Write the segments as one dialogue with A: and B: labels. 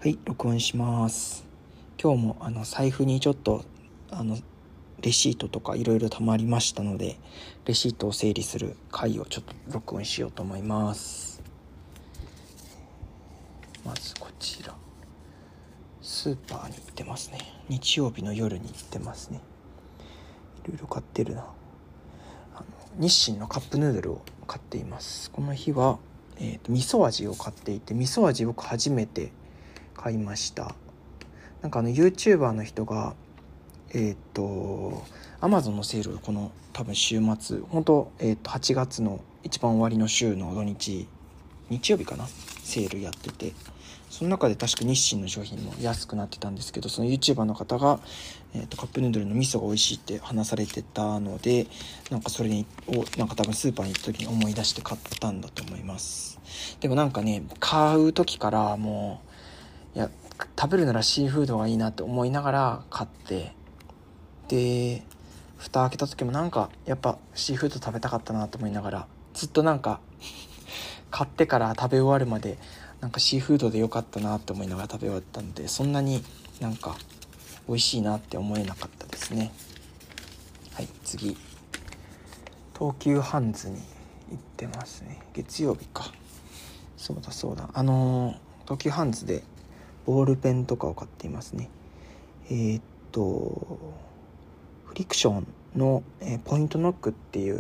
A: はい、録音します。今日も財布にちょっとレシートとかいろいろ溜まりましたので、レシートを整理する回をちょっと録音しようと思います。まずこちら、スーパーに行ってますね。日曜日の夜に行ってますね。いろいろ買ってるな。日清のカップヌードルを買っています。この日は、味噌味を買っていて、味噌味僕初めて買いました。なんかYouTuber の人がAmazon のセールをこの多分週末本当8月の一番終わりの週の土日曜日かな、セールやってて、その中で確か日清の商品も安くなってたんですけど、その YouTuber の方が、カップヌードルの味噌が美味しいって話されてたので、なんかそれをなんか多分スーパーに行った時に思い出して買ったんだと思います。でもなんかね、買う時からもう食べるならシーフードがいいなって思いながら買って、で蓋開けた時もなんかやっぱシーフード食べたかったなと思いながら、ずっとなんか買ってから食べ終わるまでなんかシーフードでよかったなって思いながら食べ終わったんで、そんなになんか美味しいなって思えなかったですね。はい、次、東急ハンズに行ってますね。月曜日か。そうだ東急ハンズでボールペンとかを買っていますね。フリクションの、ポイントノックっていう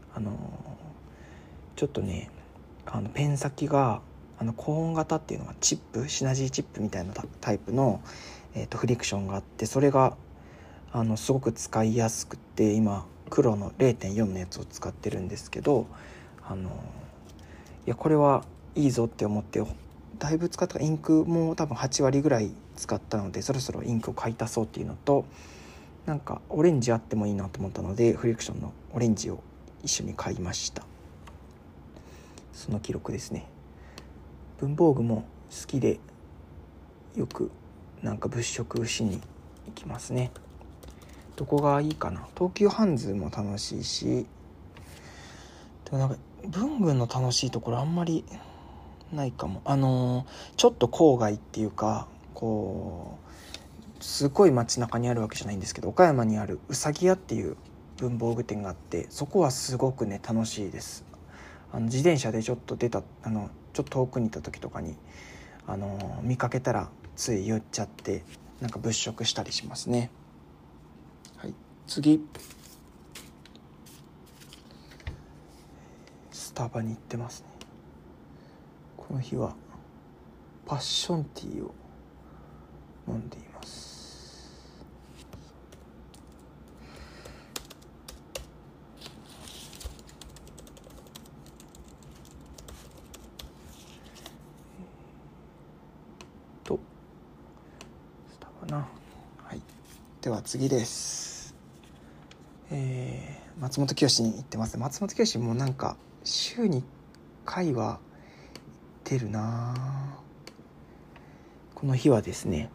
A: ちょっとねペン先が高音型っていうのがチップ、シナジーチップみたいなタイプの、フリクションがあって、それがすごく使いやすくて、今黒の 0.4 のやつを使ってるんですけど、いやこれはいいぞって思って、だいぶ使ったインクも多分8割ぐらい使ったので、そろそろインクを買い足そうっていうのと、なんかオレンジあってもいいなと思ったので、フリクションのオレンジを一緒に買いました。その記録ですね。文房具も好きでよくなんか物色しに行きますね。どこがいいかな。東急ハンズも楽しいし、でもなんか文具の楽しいところあんまりないかも。ちょっと郊外っていうか、こうすごい街中にあるわけじゃないんですけど、岡山にあるうさぎ屋っていう文房具店があって、そこはすごくね楽しいです。自転車でちょっとちょっと遠くにいた時とかに見かけたらつい寄っちゃってなんか物色したりしますね。はい、次、スタバに行ってますね。この日はパッションティーを飲んでいます。スタバな。はい、では次です。松本清に行ってます。松本清もなんか週に1回は行ってるな。この日はですね、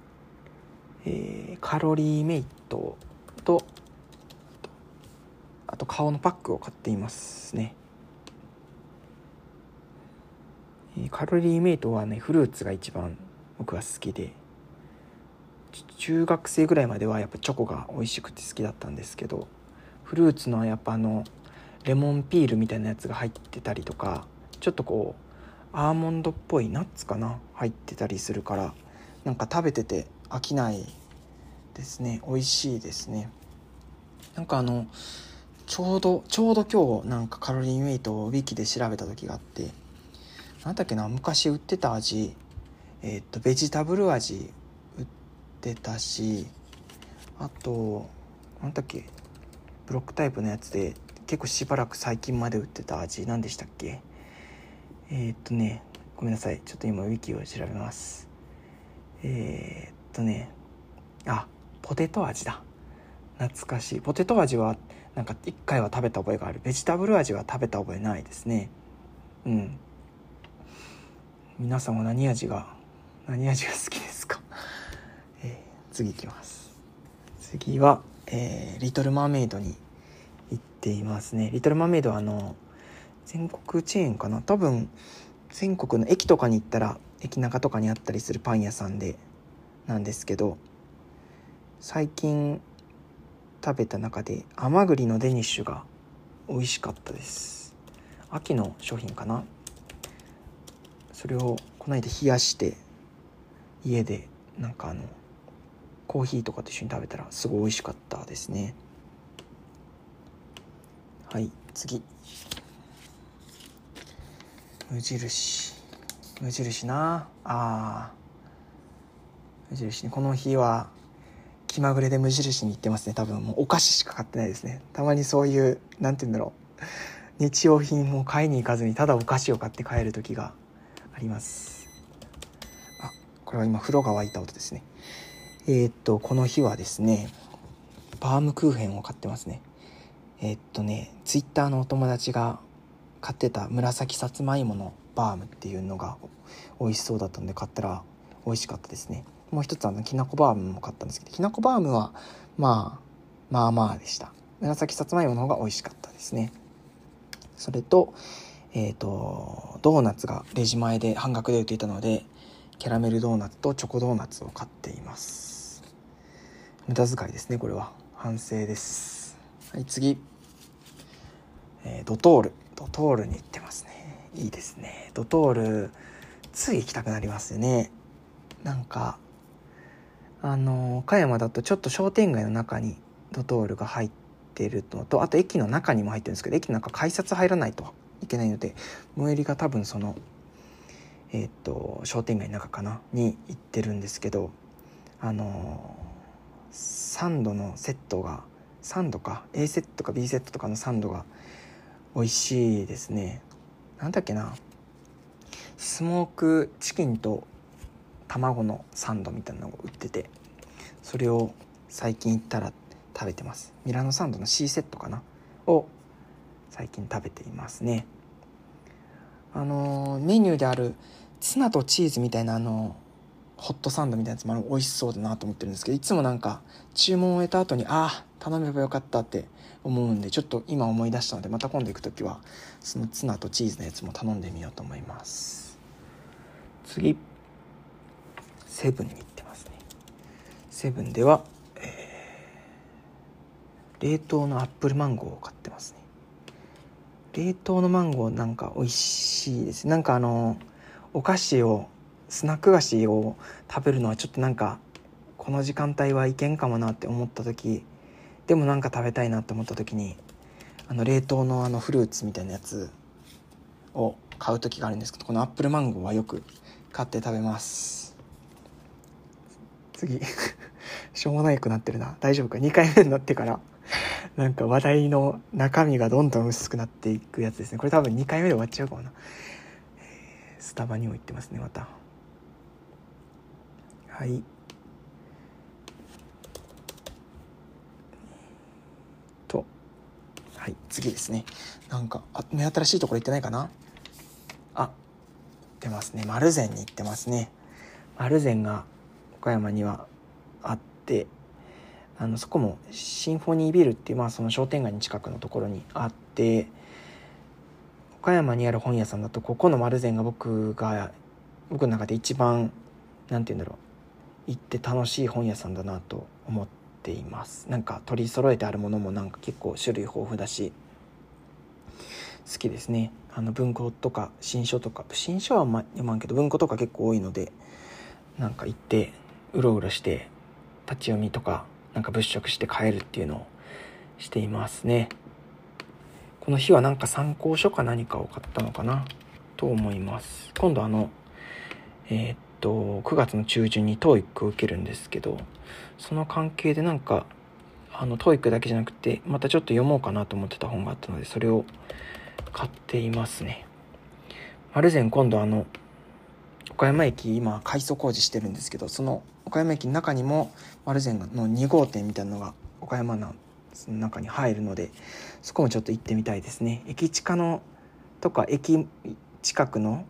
A: カロリーメイトとあと顔のパックを買っていますね。カロリーメイトはね、フルーツが一番僕は好きで、中学生ぐらいまではやっぱチョコが美味しくて好きだったんですけど、フルーツのやっぱレモンピールみたいなやつが入ってたりとか、ちょっとこうアーモンドっぽいナッツかな入ってたりするから、なんか食べてて飽きないですね。美味しいですね。なんかちょうど今日なんかカロリーメイトをウィキで調べた時があって、なんだっけな、昔売ってた味、ベジタブル味売ってたし、あとなんだっけ、ブロックタイプのやつで結構しばらく最近まで売ってた味何でしたっけ。ごめんなさい、ちょっと今ウィキを調べます。ポテト味だ。懐かしい。ポテト味はなんか1回は食べた覚えがある。ベジタブル味は食べた覚えないですね。皆さんは何味が好きですか。次いきます。次は、リトルマーメイドに行っていますね。リトルマーメイドは全国チェーンかな、多分全国の駅とかに行ったら駅中とかにあったりするパン屋さんでなんですけど、最近食べた中で甘栗のデニッシュが美味しかったです。秋の商品かな。それをこの間冷やして家でなんかコーヒーとかと一緒に食べたらすごい美味しかったですね。はい、次、無印な無印にこの日は気まぐれで無印に行ってますね。多分もうお菓子しか買ってないですね。たまにそういうなんて言うんだろう、日用品を買いに行かずにただお菓子を買って帰る時があります。これは今風呂が沸いた音ですね。この日はですね、バームクーヘンを買ってますね。ツイッターのお友達が買ってた紫さつまいものバームっていうのが美味しそうだったので買ったら美味しかったですね。もう一つきなこバームも買ったんですけど、きなこバームはまあでした。紫さつまいもの方が美味しかったですね。それとドーナツがレジ前で半額で売っていたので、キャラメルドーナツとチョコドーナツを買っています。無駄遣いですね、これは反省です。はい、次、ドトールに行ってますね。いいですね。ドトールつい行きたくなりますよね。なんか岡山だとちょっと商店街の中にドトールが入ってるのと、あと駅の中にも入ってるんですけど、駅の中改札入らないといけないので、最寄りが多分その商店街の中かなに行ってるんですけど、サンドのセットがA セットか B セットとかのサンドが美味しいですね。なんだっけな、スモークチキンと卵のサンドみたいなのを売ってて、それを最近行ったら食べてます。ミラノサンドの C セットかなを最近食べていますね。メニューであるツナとチーズみたいなホットサンドみたいなやつも美味しそうだなと思ってるんですけど、いつもなんか注文を終えた後に頼めばよかったって思うんで、ちょっと今思い出したので、また今度行くときはそのツナとチーズのやつも頼んでみようと思います。次、セブンに行ってますね。セブンでは、冷凍のアップルマンゴーを買ってますね。冷凍のマンゴーなんか美味しいです。なんかお菓子をスナック菓子を食べるのはちょっとなんかこの時間帯はいけんかもなって思った時でもなんか食べたいなって思った時に冷凍のフルーツみたいなやつを買う時があるんですけど、このアップルマンゴーはよく買って食べます。次しょうもないくなってるな。大丈夫か。2回目になってからなんか話題の中身がどんどん薄くなっていくやつですね。これ多分2回目で終わっちゃうかもな。スタバにも行ってますね、また。はい、はい、次ですね。なんか目新しいところ行ってないかな。行ってますね。丸善に行ってますね。丸善が岡山にはあって、そこもシンフォニービルっていうその商店街の近くのところにあって、岡山にある本屋さんだとここの丸善が僕の中で一番なんて言うんだろう、行って楽しい本屋さんだなと思っています。なんか取り揃えてあるものもなんか結構種類豊富だし好きですね。文庫とか新書とか、新書は読まんけど文庫とか結構多いので、なんか行ってうろうろして立ち読みとかなんか物色して帰るっていうのをしていますね。この日はなんか参考書か何かを買ったのかなと思います。今度9月の中旬に TOEIC を受けるんですけど、その関係でなんかTOEIC だけじゃなくてまたちょっと読もうかなと思ってた本があったので、それを買っていますね。丸善今度岡山駅今改装工事してるんですけど、その岡山駅の中にも丸善の2号店みたいなのが岡山の中に入るので、そこもちょっと行ってみたいですね。駅近のとか駅近くの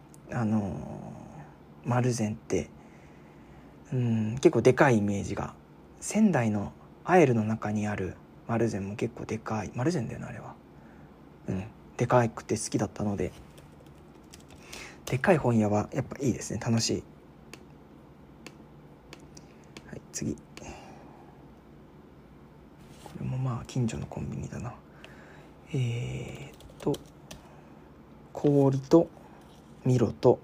A: 丸善って結構でかいイメージが、仙台のアエルの中にある丸善も結構でかい丸善だよなあれは。でかくて好きだったのででっかい本屋はやっぱいいですね、楽しい。はい、次。これもまあ近所のコンビニだな。氷とミロと、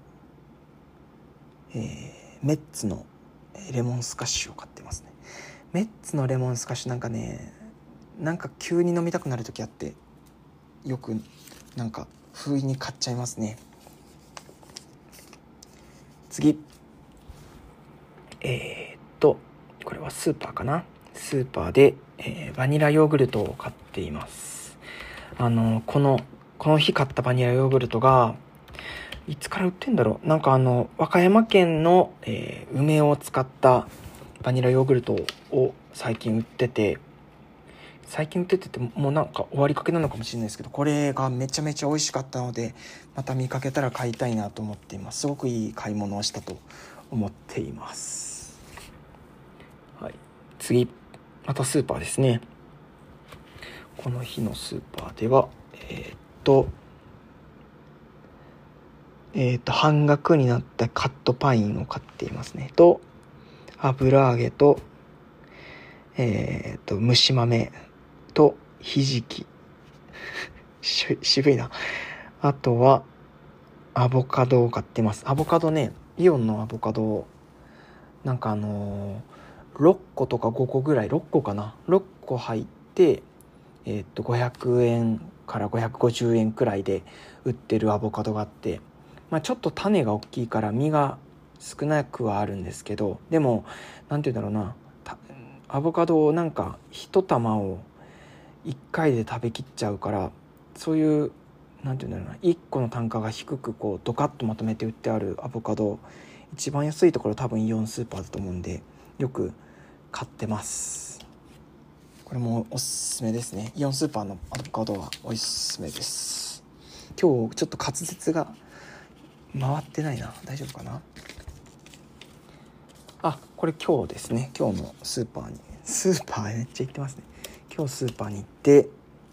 A: メッツのレモンスカッシュを買ってますね。メッツのレモンスカッシュなんか急に飲みたくなる時あって、よくなんか不意に買っちゃいますね。次、これはスーパーかな。スーパーで、バニラヨーグルトを買っています。この日買ったバニラヨーグルトがいつから売ってんだろう。なんか和歌山県の、梅を使ったバニラヨーグルトを最近売っててもうなんか終わりかけなのかもしれないですけど、これがめちゃめちゃ美味しかったので、また見かけたら買いたいなと思っています。すごくいい買い物をしたと思っています。はい、次、またスーパーですね。この日のスーパーでは半額になったカットパインを買っていますね。と油揚げと蒸し豆とひじき渋いな。あとはアボカドを買ってます。アボカドね、イオンのアボカドなんか6個とか5個ぐらい、6個かな、6個入って500円から550円くらいで売ってるアボカドがあって、ちょっと種が大きいから実が少なくはあるんですけど、でもなんて言うんだろうな、アボカドをなんか一玉を1回で食べきっちゃうから、そういうなんて言うんだろうな、1個の単価が低くこうドカッとまとめて売ってあるアボカド、一番安いところ多分イオンスーパーだと思うんでよく買ってます。これもおすすめですね。イオンスーパーのアボカドはおすすめです。今日ちょっと滑舌が回ってないな、大丈夫かな。これ今日ですね。今日のスーパーめっちゃ行ってますね。今日スーパーに行って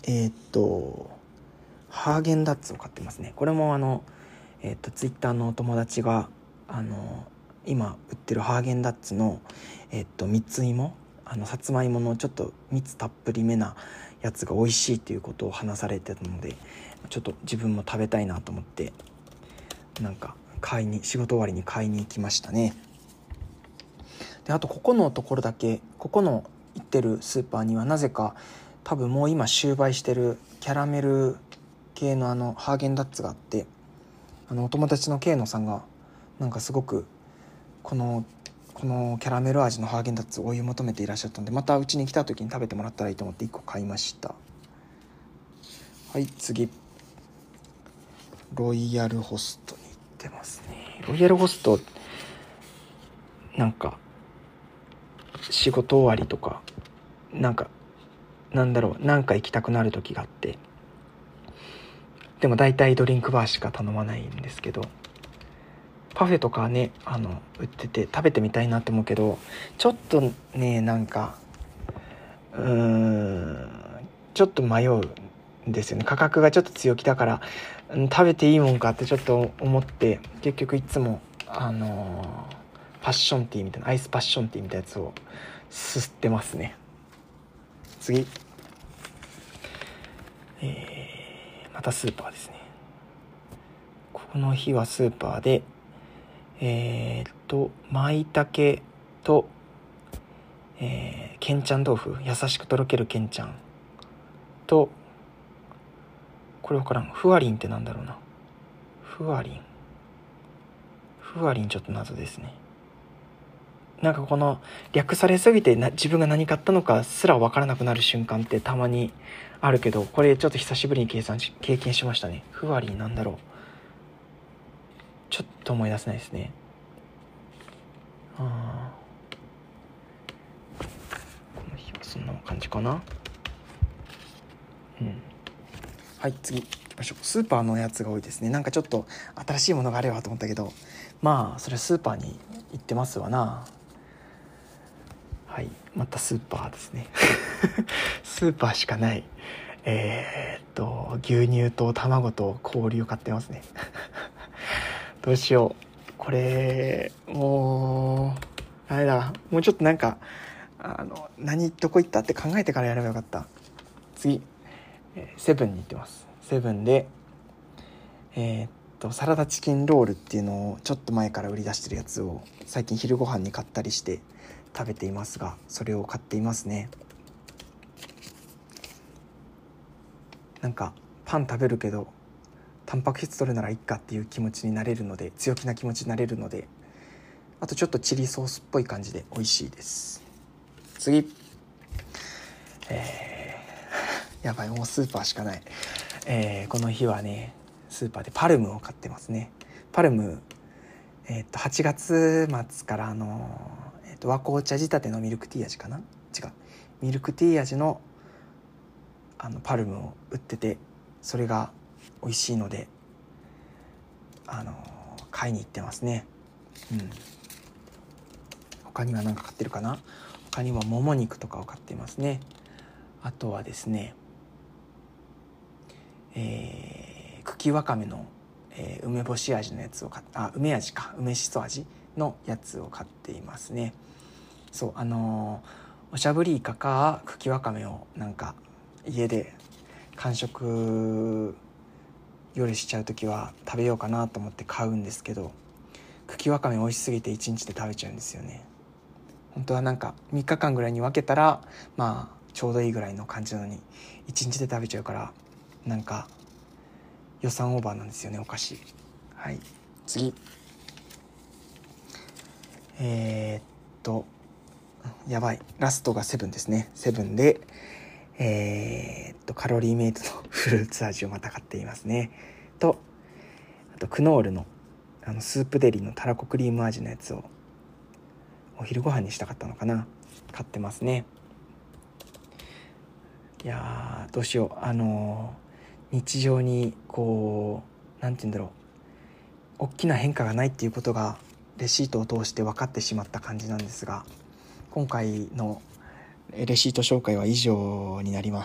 A: ハーゲンダッツを買ってますね。これもツイッターのお友達が今売ってるハーゲンダッツの蜜芋、さつまいものちょっと蜜たっぷりめなやつが美味しいっていうことを話されてたので、ちょっと自分も食べたいなと思ってなんか仕事終わりに買いに行きましたね。で、あとここの行ってるスーパーにはなぜか多分もう今終売してるキャラメル系のハーゲンダッツがあって、お友達のケイノさんがなんかすごくこのキャラメル味のハーゲンダッツを追い求めていらっしゃったので、またうちに来た時に食べてもらったらいいと思って1個買いました。はい、次、ロイヤルホストに行ってますね。ロイヤルホストなんか仕事終わりとかなんか行きたくなる時があって、でも大体ドリンクバーしか頼まないんですけど、パフェとかね売ってて食べてみたいなと思うけど、ちょっとねちょっと迷うんですよね。価格がちょっと強気だから、食べていいもんかってちょっと思って、結局いつもパッションティーみたいな、アイスパッションティーみたいなやつを吸ってますね。次、またスーパーですね。この日はスーパーで舞茸と、けんちゃん豆腐、優しくとろけるけんちゃんと、これ分からん、ふわりんってなんだろうな、ふわりんちょっと謎ですね。なんかこの略されすぎて自分が何買ったのかすら分からなくなる瞬間ってたまにあるけど、これちょっと久しぶりに経験しましたね。ふわりんなんだろう、ちょっと思い出せないですね。この日はそんな感じかな。はい、次行きましょう。スーパーのやつが多いですね。なんかちょっと新しいものがあればと思ったけど、それスーパーに行ってますわな。はい、またスーパーですねスーパーしかない牛乳と卵と氷を買ってますねどうしよう。これもうあれだ、もうちょっとなんかどこ行ったって考えてからやればよかった。次、セブンに行ってます。セブンでサラダチキンロールっていうのをちょっと前から売り出してるやつを最近昼ご飯に買ったりして食べていますが、それを買っていますね。なんかパン食べるけどタンパク質取るならいっかっていう気持ちになれるので、強気な気持ちになれるので、あとちょっとチリソースっぽい感じで美味しいです。次、やばい、もうスーパーしかない。この日はねスーパーでパルムを買ってますね。パルム、8月末から和紅茶仕立てのミルクティー味かな、違う、ミルクティー味のパルムを売ってて、それが美味しいので買いに行ってますね。他には何か買ってるかな。他にももも肉とかを買っていますね。あとはですね、茎わかめの、梅干し味のやつを梅味か、梅しそ味のやつを買っていますね。そう、おしゃぶりいかか茎わかめをなんか家で完食夜しちゃうときは食べようかなと思って買うんですけど、茎わかめ美味しすぎて1日で食べちゃうんですよね。本当はなんか3日間ぐらいに分けたらまあちょうどいいぐらいの感じなのに1日で食べちゃうから、なんか予算オーバーなんですよね、お菓子。はい、次、やばい、ラストがセブンですね。セブンでカロリーメイトのフルーツ味をまた買っていますね。とあとクノールのスープデリのたらこクリーム味のやつをお昼ご飯にしたかったのかな、買ってますね。いやどうしよう、日常にこうなんて言うんだろう、大きな変化がないっていうことがレシートを通して分かってしまった感じなんですが、今回のレシート紹介は以上になります。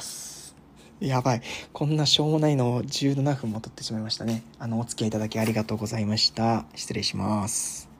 A: やばい、こんなしょうもないのを17分も取ってしまいましたね。お付き合いいただきありがとうございました。失礼します。